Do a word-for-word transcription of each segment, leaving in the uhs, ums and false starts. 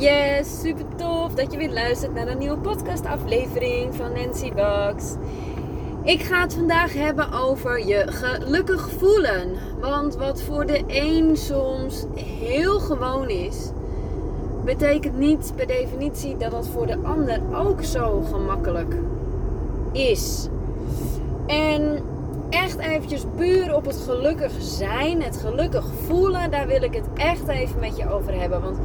Yes, super tof dat je weer luistert naar een nieuwe podcastaflevering van Nancy Bucks. Ik ga het vandaag hebben over je gelukkig voelen. Want wat voor de een soms heel gewoon is, betekent niet per definitie dat dat voor de ander ook zo gemakkelijk is. En echt eventjes puur op het gelukkig zijn, het gelukkig voelen, daar wil ik het echt even met je over hebben. Want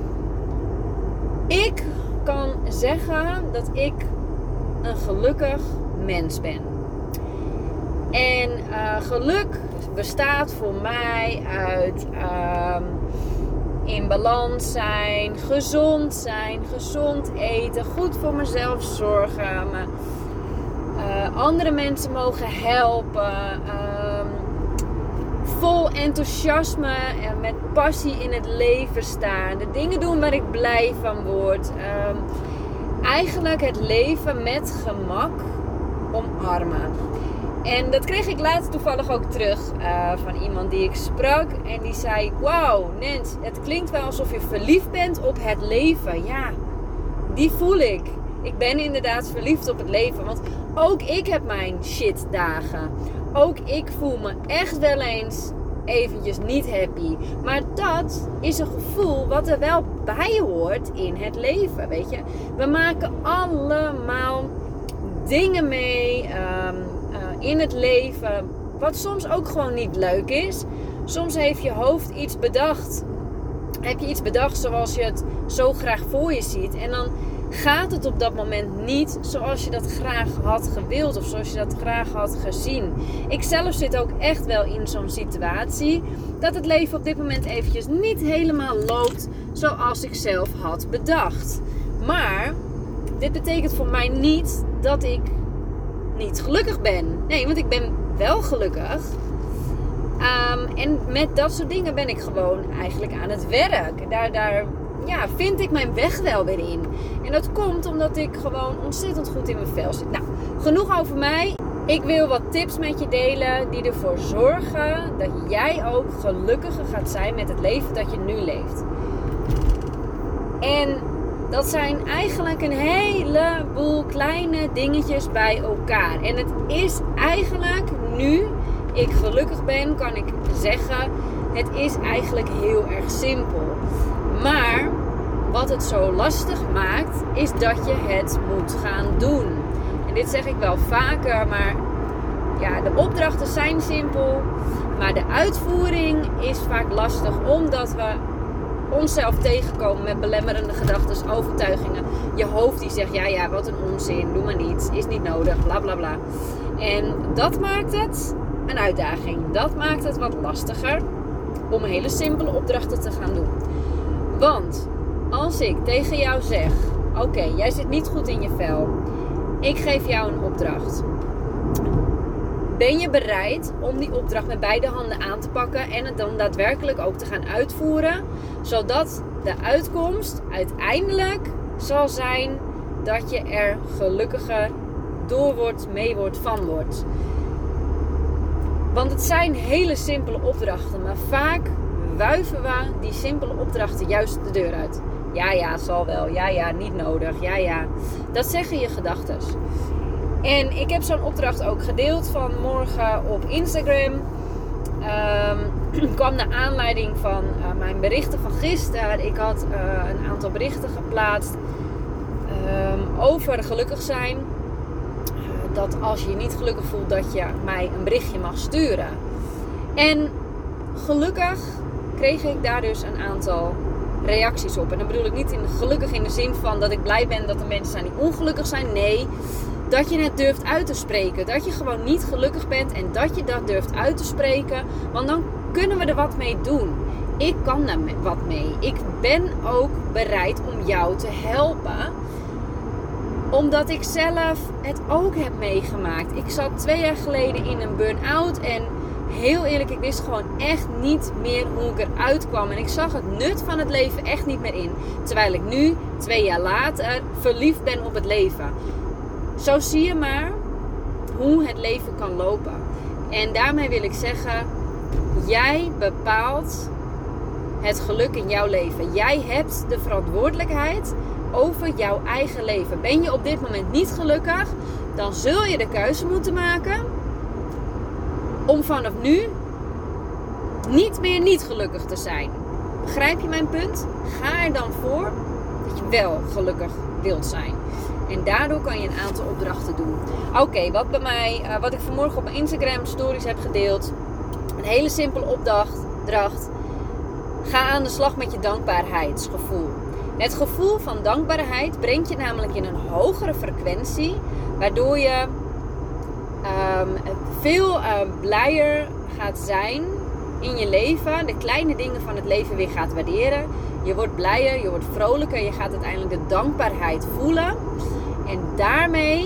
ik kan zeggen dat ik een gelukkig mens ben. En uh, geluk bestaat voor mij uit uh, in balans zijn, gezond zijn, gezond eten, goed voor mezelf zorgen, me, uh, andere mensen mogen helpen, uh, vol enthousiasme en met passie in het leven staan, de dingen doen waar ik blij van word, uh, eigenlijk het leven met gemak omarmen. En dat kreeg ik laatst toevallig ook terug uh, van iemand die ik sprak. En die zei, wauw Nens, het klinkt wel alsof je verliefd bent op het leven. Ja, die voel ik. Ik ben inderdaad verliefd op het leven. Want ook ik heb mijn shit dagen. Ook ik voel me echt wel eens eventjes niet happy. Maar dat is een gevoel wat er wel bij hoort in het leven, weet je. We maken allemaal dingen mee um, uh, in het leven, wat soms ook gewoon niet leuk is. Soms heeft je hoofd iets bedacht. Heb je iets bedacht zoals je het zo graag voor je ziet. En dan gaat het op dat moment niet zoals je dat graag had gewild. Of zoals je dat graag had gezien. Ik zelf zit ook echt wel in zo'n situatie. Dat het leven op dit moment eventjes niet helemaal loopt zoals ik zelf had bedacht. Maar dit betekent voor mij niet dat ik niet gelukkig ben. Nee, want ik ben wel gelukkig. Um, en met dat soort dingen ben ik gewoon eigenlijk aan het werk. Daar, daar ja, vind ik mijn weg wel weer in. En dat komt omdat ik gewoon ontzettend goed in mijn vel zit. Nou, genoeg over mij. Ik wil wat tips met je delen die ervoor zorgen dat jij ook gelukkiger gaat zijn met het leven dat je nu leeft. En dat zijn eigenlijk een heleboel kleine dingetjes bij elkaar. En het is eigenlijk nu ik gelukkig ben, kan ik zeggen, het is eigenlijk heel erg simpel. Maar wat het zo lastig maakt, is dat je het moet gaan doen. En dit zeg ik wel vaker, maar ja, de opdrachten zijn simpel. Maar de uitvoering is vaak lastig, omdat we onszelf tegenkomen met belemmerende gedachten, overtuigingen. Je hoofd die zegt, ja ja, wat een onzin, doe maar niet, is niet nodig, bla bla bla. En dat maakt het een uitdaging. Dat maakt het wat lastiger om hele simpele opdrachten te gaan doen. Want als ik tegen jou zeg, oké, okay, jij zit niet goed in je vel. Ik geef jou een opdracht. Ben je bereid om die opdracht met beide handen aan te pakken en het dan daadwerkelijk ook te gaan uitvoeren, zodat de uitkomst uiteindelijk zal zijn dat je er gelukkiger door wordt, mee wordt, van wordt. Want het zijn hele simpele opdrachten, maar vaak wuiven we die simpele opdrachten juist de deur uit. Ja, ja, zal wel. Ja, ja, niet nodig. Ja, ja. Dat zeggen je gedachten. En ik heb zo'n opdracht ook gedeeld vanmorgen op Instagram. Um, kwam naar aanleiding van uh, mijn berichten van gisteren. Ik had uh, een aantal berichten geplaatst um, over gelukkig zijn. Uh, dat als je je niet gelukkig voelt, dat je mij een berichtje mag sturen. En gelukkig kreeg ik daar dus een aantal reacties op. En dan bedoel ik niet in, gelukkig in de zin van dat ik blij ben dat er mensen zijn die ongelukkig zijn. Nee, dat je het durft uit te spreken. Dat je gewoon niet gelukkig bent en dat je dat durft uit te spreken. Want dan kunnen we er wat mee doen. Ik kan daar wat mee. Ik ben ook bereid om jou te helpen. Omdat ik zelf het ook heb meegemaakt. Ik zat twee jaar geleden in een burn-out en heel eerlijk, ik wist gewoon echt niet meer hoe ik eruit kwam. En ik zag het nut van het leven echt niet meer in. Terwijl ik nu, twee jaar later, verliefd ben op het leven. Zo zie je maar hoe het leven kan lopen. En daarmee wil ik zeggen, jij bepaalt het geluk in jouw leven. Jij hebt de verantwoordelijkheid over jouw eigen leven. Ben je op dit moment niet gelukkig, dan zul je de keuze moeten maken om vanaf nu niet meer niet gelukkig te zijn. Begrijp je mijn punt? Ga er dan voor dat je wel gelukkig wilt zijn. En daardoor kan je een aantal opdrachten doen. Oké, okay, wat bij mij, uh, wat ik vanmorgen op mijn Instagram stories heb gedeeld. Een hele simpele opdracht. Ga aan de slag met je dankbaarheidsgevoel. Het gevoel van dankbaarheid brengt je namelijk in een hogere frequentie. Waardoor je um, veel uh, blijer gaat zijn in je leven. De kleine dingen van het leven weer gaat waarderen. Je wordt blijer, je wordt vrolijker. Je gaat uiteindelijk de dankbaarheid voelen. En daarmee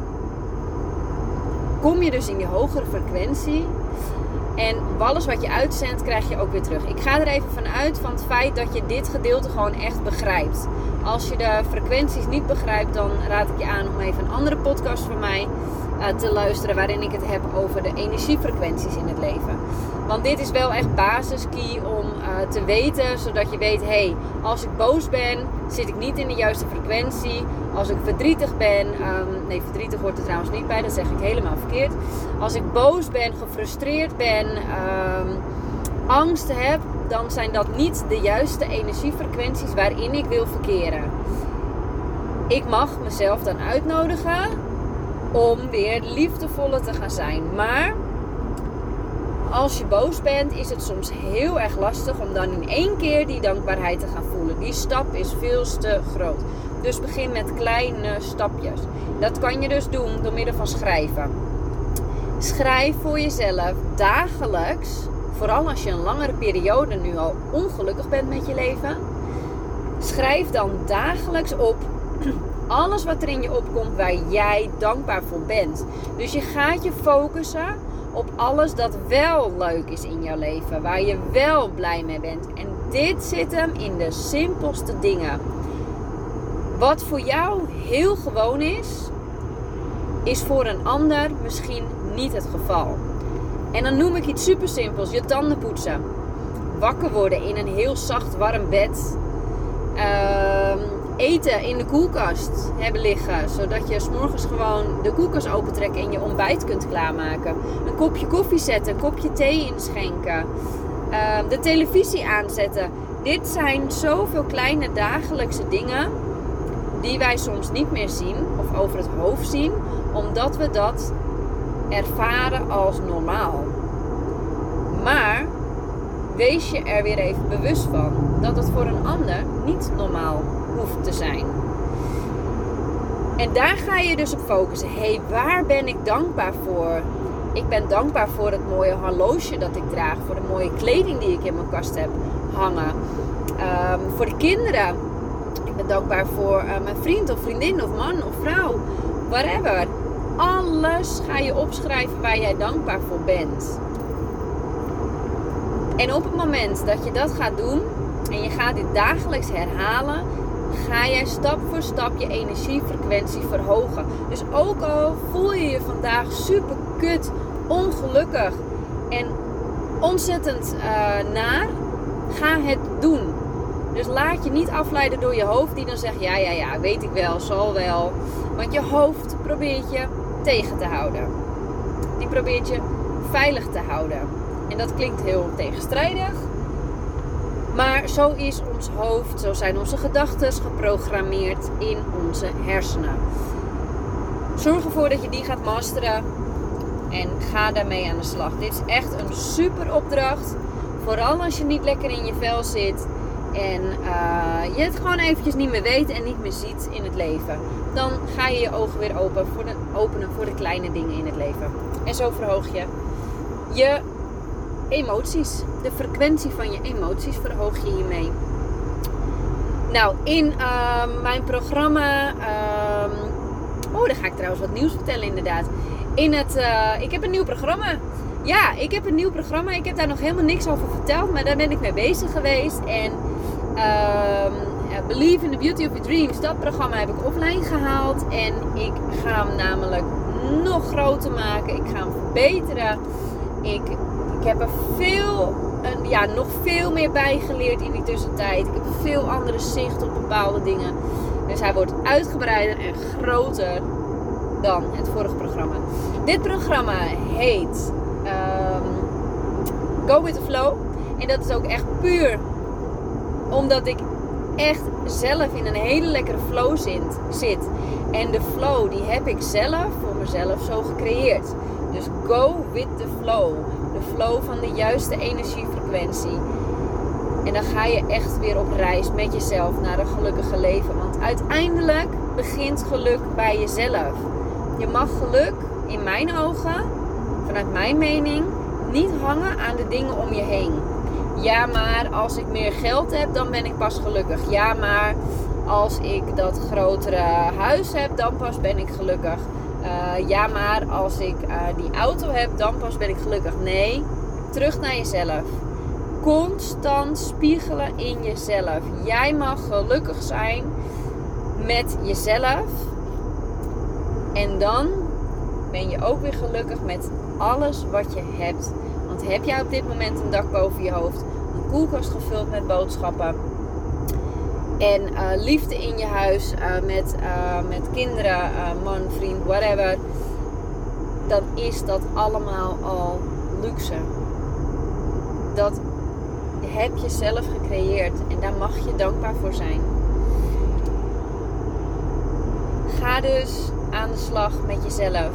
kom je dus in die hogere frequentie. En alles wat je uitzendt, krijg je ook weer terug. Ik ga er even vanuit van het feit dat je dit gedeelte gewoon echt begrijpt. Als je de frequenties niet begrijpt, dan raad ik je aan om even een andere podcast van mij uh, te luisteren. Waarin ik het heb over de energiefrequenties in het leven. Want dit is wel echt basiskey om uh, te weten. Zodat je weet, hé, hey, als ik boos ben, zit ik niet in de juiste frequentie. Als ik verdrietig ben, um, nee verdrietig hoort er trouwens niet bij, dat zeg ik helemaal verkeerd. Als ik boos ben, gefrustreerd ben, um, angst heb, dan zijn dat niet de juiste energiefrequenties waarin ik wil verkeren. Ik mag mezelf dan uitnodigen om weer liefdevoller te gaan zijn. Maar als je boos bent, is het soms heel erg lastig om dan in één keer die dankbaarheid te gaan voelen. Die stap is veel te groot. Dus begin met kleine stapjes. Dat kan je dus doen door middel van schrijven. Schrijf voor jezelf dagelijks, vooral als je een langere periode nu al ongelukkig bent met je leven. Schrijf dan dagelijks op alles wat er in je opkomt waar jij dankbaar voor bent. Dus je gaat je focussen op alles dat wel leuk is in jouw leven. Waar je wel blij mee bent. En dit zit hem in de simpelste dingen. Wat voor jou heel gewoon is, is voor een ander misschien niet het geval. En dan noem ik iets super simpels. Je tanden poetsen. Wakker worden in een heel zacht warm bed. Uh, eten in de koelkast hebben liggen. Zodat je 's morgens gewoon de koelkast opentrekt en je ontbijt kunt klaarmaken. Een kopje koffie zetten. Een kopje thee inschenken. Uh, de televisie aanzetten. Dit zijn zoveel kleine dagelijkse dingen die wij soms niet meer zien of over het hoofd zien, omdat we dat ervaren als normaal. Maar wees je er weer even bewust van dat het voor een ander niet normaal hoeft te zijn. En daar ga je dus op focussen. Hé, hey, waar ben ik dankbaar voor? Ik ben dankbaar voor het mooie horloge dat ik draag, voor de mooie kleding die ik in mijn kast heb hangen, um, voor de kinderen. Ik ben dankbaar voor uh, mijn vriend of vriendin of man of vrouw. Whatever. Alles ga je opschrijven waar jij dankbaar voor bent. En op het moment dat je dat gaat doen en je gaat dit dagelijks herhalen, ga jij stap voor stap je energiefrequentie verhogen. Dus ook al voel je je vandaag super kut, ongelukkig en ontzettend uh, naar, ga het doen. Dus laat je niet afleiden door je hoofd die dan zegt, ja, ja, ja, weet ik wel, zal wel. Want je hoofd probeert je tegen te houden. Die probeert je veilig te houden. En dat klinkt heel tegenstrijdig. Maar zo is ons hoofd, zo zijn onze gedachten geprogrammeerd in onze hersenen. Zorg ervoor dat je die gaat masteren. En ga daarmee aan de slag. Dit is echt een super opdracht. Vooral als je niet lekker in je vel zit. En uh, je het gewoon eventjes niet meer weet en niet meer ziet in het leven. Dan ga je je ogen weer open voor de, openen voor de kleine dingen in het leven. En zo verhoog je je emoties. De frequentie van je emoties verhoog je hiermee. Nou, in uh, mijn programma... Uh, oh, daar ga ik trouwens wat nieuws vertellen inderdaad. In het, uh, ik heb een nieuw programma. Ja, ik heb een nieuw programma. Ik heb daar nog helemaal niks over verteld. Maar daar ben ik mee bezig geweest. En uh, Believe in the Beauty of Your Dreams. Dat programma heb ik offline gehaald. En ik ga hem namelijk nog groter maken. Ik ga hem verbeteren. Ik, ik heb er veel een, ja, nog veel meer bijgeleerd in die tussentijd. Ik heb veel andere zicht op bepaalde dingen. Dus hij wordt uitgebreider en groter dan het vorige programma. Dit programma heet um, Go With The Flow. En dat is ook echt puur omdat ik echt zelf in een hele lekkere flow zit. En de flow die heb ik zelf voor mezelf zo gecreëerd. Dus go with the flow. De flow van de juiste energiefrequentie. En dan ga je echt weer op reis met jezelf naar een gelukkige leven. Want uiteindelijk begint geluk bij jezelf. Je mag geluk, in mijn ogen, vanuit mijn mening, niet hangen aan de dingen om je heen. Ja, maar als ik meer geld heb, dan ben ik pas gelukkig. Ja, maar als ik dat grotere huis heb, dan pas ben ik gelukkig. Uh, ja, maar als ik uh, die auto heb, dan pas ben ik gelukkig. Nee, terug naar jezelf. Constant spiegelen in jezelf. Jij mag gelukkig zijn met jezelf. En dan ben je ook weer gelukkig met alles wat je hebt. Want heb jij op dit moment een dak boven je hoofd, een koelkast gevuld met boodschappen en uh, liefde in je huis uh, met, uh, met kinderen, uh, man, vriend, whatever, dan is dat allemaal al luxe. Dat heb je zelf gecreëerd en daar mag je dankbaar voor zijn. Ga dus aan de slag met jezelf.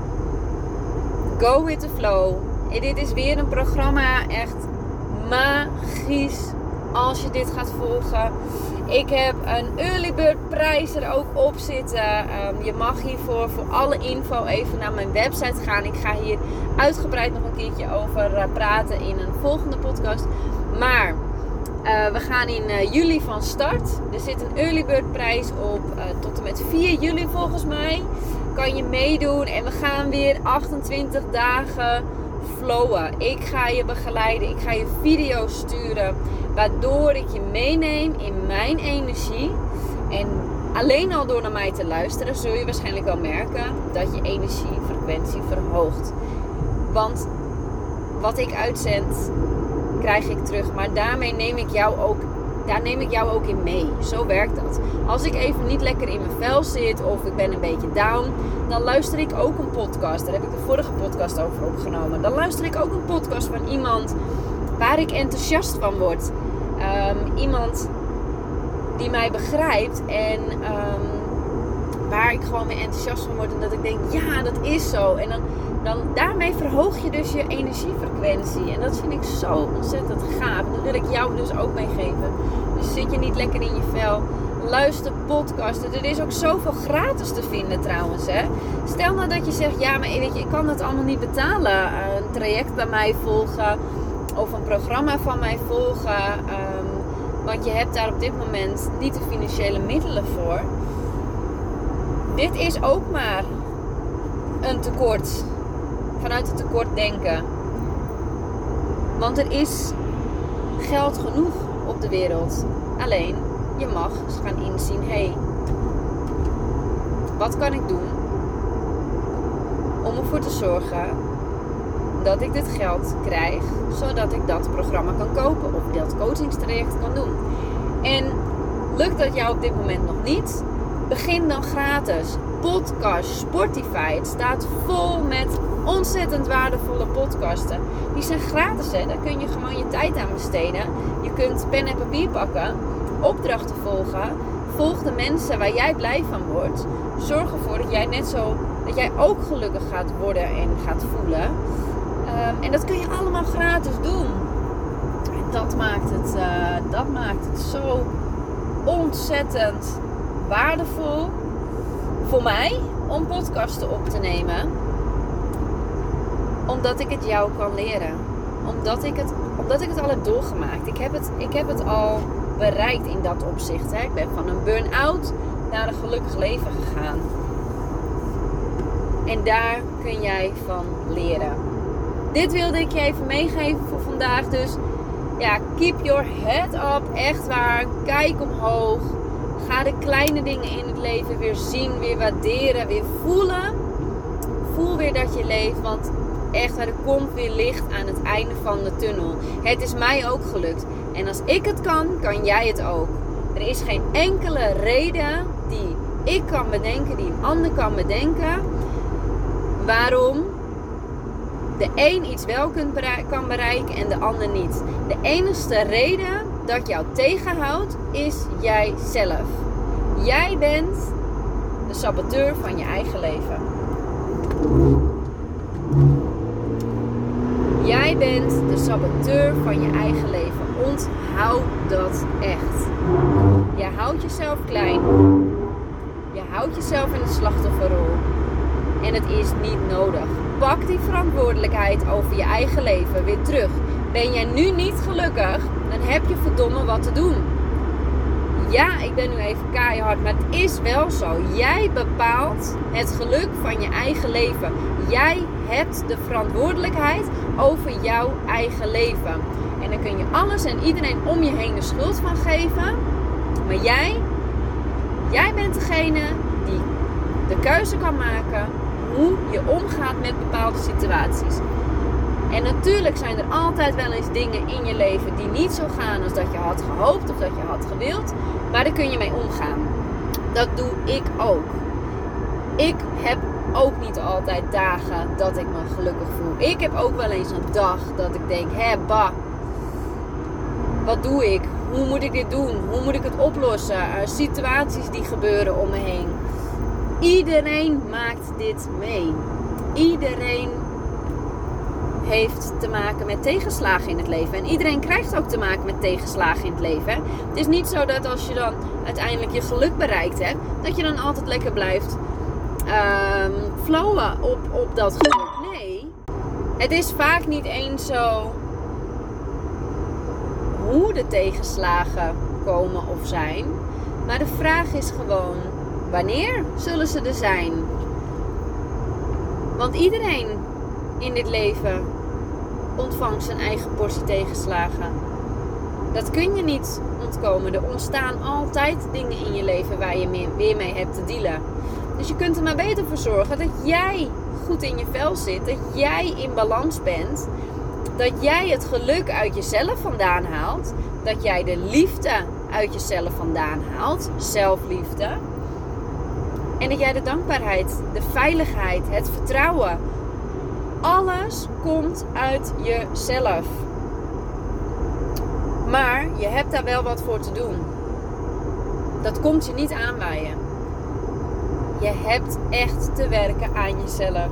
Go with the flow. En dit is weer een programma echt magisch als je dit gaat volgen. Ik heb een early bird prijs er ook op zitten. Um, je mag hiervoor voor alle info even naar mijn website gaan. Ik ga hier uitgebreid nog een keertje over uh, praten in een volgende podcast. Maar uh, we gaan in uh, juli van start. Er zit een early bird prijs op uh, tot en met vier juli volgens mij. Kan je meedoen en we gaan weer achtentwintig dagen flowen. Ik ga je begeleiden. Ik ga je video's sturen. Waardoor ik je meeneem in mijn energie. En alleen al door naar mij te luisteren zul je waarschijnlijk wel merken dat je energiefrequentie verhoogt. Want wat ik uitzend krijg ik terug. Maar daarmee neem ik jou ook, daar neem ik jou ook in mee. Zo werkt dat. Als ik even niet lekker in mijn vel zit of ik ben een beetje down, dan luister ik ook een podcast. Daar heb ik de vorige podcast over opgenomen. Dan luister ik ook een podcast van iemand waar ik enthousiast van word. Um, iemand die mij begrijpt en um, waar ik gewoon mee enthousiast van word. En dat ik denk, ja, dat is zo. En dan, dan daarmee verhoog je dus je energiefrequentie. En dat vind ik zo ontzettend gaaf. En dat wil ik jou dus ook meegeven. Dus zit je niet lekker in je vel, luister podcasten. Er is ook zoveel gratis te vinden trouwens. Hè? Stel nou dat je zegt, ja, maar weet je, ik kan dat allemaal niet betalen. Een traject bij mij volgen of een programma van mij volgen. Um, want je hebt daar op dit moment niet de financiële middelen voor. Dit is ook maar een tekort. Vanuit het tekort denken. Want er is geld genoeg op de wereld. Alleen, je mag gaan inzien, hé, hey, wat kan ik doen om ervoor te zorgen dat ik dit geld krijg, zodat ik dat programma kan kopen of dat coachingstraject kan doen. En lukt dat jou op dit moment nog niet? Begin dan gratis. Podcast, Spotify, het staat vol met ontzettend waardevolle podcasten. Die zijn gratis, hè? Daar kun je gewoon je tijd aan besteden. Je kunt pen en papier pakken, opdrachten volgen. Volg de mensen waar jij blij van wordt. Zorg ervoor dat jij net zo, dat jij ook gelukkig gaat worden en gaat voelen. Um, en dat kun je allemaal gratis doen. En dat maakt het, uh, dat maakt het zo ontzettend waardevol voor mij om podcasten op te nemen. Omdat ik het jou kan leren. Omdat ik het, omdat ik het al heb doorgemaakt. Ik heb het, ik heb het al bereikt in dat opzicht. Hè. Ik ben van een burn-out naar een gelukkig leven gegaan. En daar kun jij van leren. Dit wilde ik je even meegeven voor vandaag. Dus ja, keep your head up. Echt waar. Kijk omhoog. Ga de kleine dingen in het leven weer zien, weer waarderen, weer voelen. Voel weer dat je leeft. Want echt, er komt weer licht aan het einde van de tunnel. Het is mij ook gelukt. En als ik het kan, kan jij het ook. Er is geen enkele reden die ik kan bedenken, die een ander kan bedenken, waarom de een iets wel kan bereiken en de ander niet. De enige reden dat jou tegenhoudt, is jijzelf. Jij bent de saboteur van je eigen leven. Jij bent de saboteur van je eigen leven. Onthoud dat echt. Je houdt jezelf klein. Je houdt jezelf in de slachtofferrol. En het is niet nodig. Pak die verantwoordelijkheid over je eigen leven weer terug. Ben jij nu niet gelukkig, dan heb je verdomme wat te doen. Ja, ik ben nu even keihard, maar het is wel zo. Jij bepaalt het geluk van je eigen leven. Jij hebt de verantwoordelijkheid over jouw eigen leven. En dan kun je alles en iedereen om je heen de schuld van geven. Maar jij, jij bent degene die de keuze kan maken hoe je omgaat met bepaalde situaties. En natuurlijk zijn er altijd wel eens dingen in je leven die niet zo gaan als dat je had gehoopt of dat je had gewild. Maar daar kun je mee omgaan. Dat doe ik ook. Ik heb ook niet altijd dagen dat ik me gelukkig voel. Ik heb ook wel eens een dag dat ik denk, hé bah, wat doe ik? Hoe moet ik dit doen? Hoe moet ik het oplossen? Uh, situaties die gebeuren om me heen. Iedereen maakt dit mee. Iedereen heeft te maken met tegenslagen in het leven. En iedereen krijgt ook te maken met tegenslagen in het leven. Het is niet zo dat als je dan uiteindelijk je geluk bereikt hebt, dat je dan altijd lekker blijft um, flowen op, op dat geluk. Nee, het is vaak niet eens zo hoe de tegenslagen komen of zijn. Maar de vraag is gewoon, wanneer zullen ze er zijn? Want iedereen in dit leven ontvangt zijn eigen portie tegenslagen. Dat kun je niet ontkomen. Er ontstaan altijd dingen in je leven waar je mee, weer mee hebt te dealen. Dus je kunt er maar beter voor zorgen dat jij goed in je vel zit. Dat jij in balans bent. Dat jij het geluk uit jezelf vandaan haalt. Dat jij de liefde uit jezelf vandaan haalt. Zelfliefde. En dat jij de dankbaarheid, de veiligheid, het vertrouwen. Alles komt uit jezelf. Maar je hebt daar wel wat voor te doen. Dat komt je niet aanwaaien. Je hebt echt te werken aan jezelf.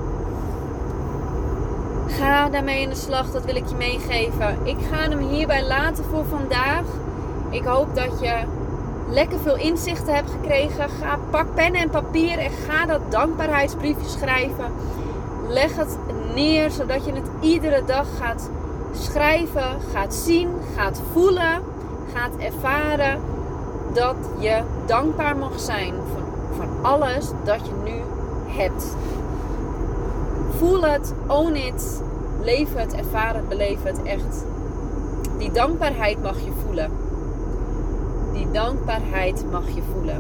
Ga daarmee in de slag, dat wil ik je meegeven. Ik ga hem hierbij laten voor vandaag. Ik hoop dat je lekker veel inzichten hebt gekregen. Ga, pak pen en papier en ga dat dankbaarheidsbriefje schrijven. Leg het neer, zodat je het iedere dag gaat schrijven, gaat zien, gaat voelen, gaat ervaren dat je dankbaar mag zijn voor, voor alles dat je nu hebt. Voel het, own it, leef het, ervaar het, beleef het echt. Die dankbaarheid mag je voelen. Die dankbaarheid mag je voelen.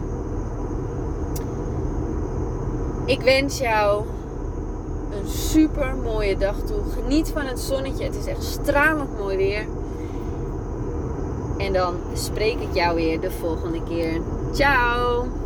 Ik wens jou een super mooie dag toe. Geniet van het zonnetje. Het is echt stralend mooi weer. En dan spreek ik jou weer de volgende keer. Ciao!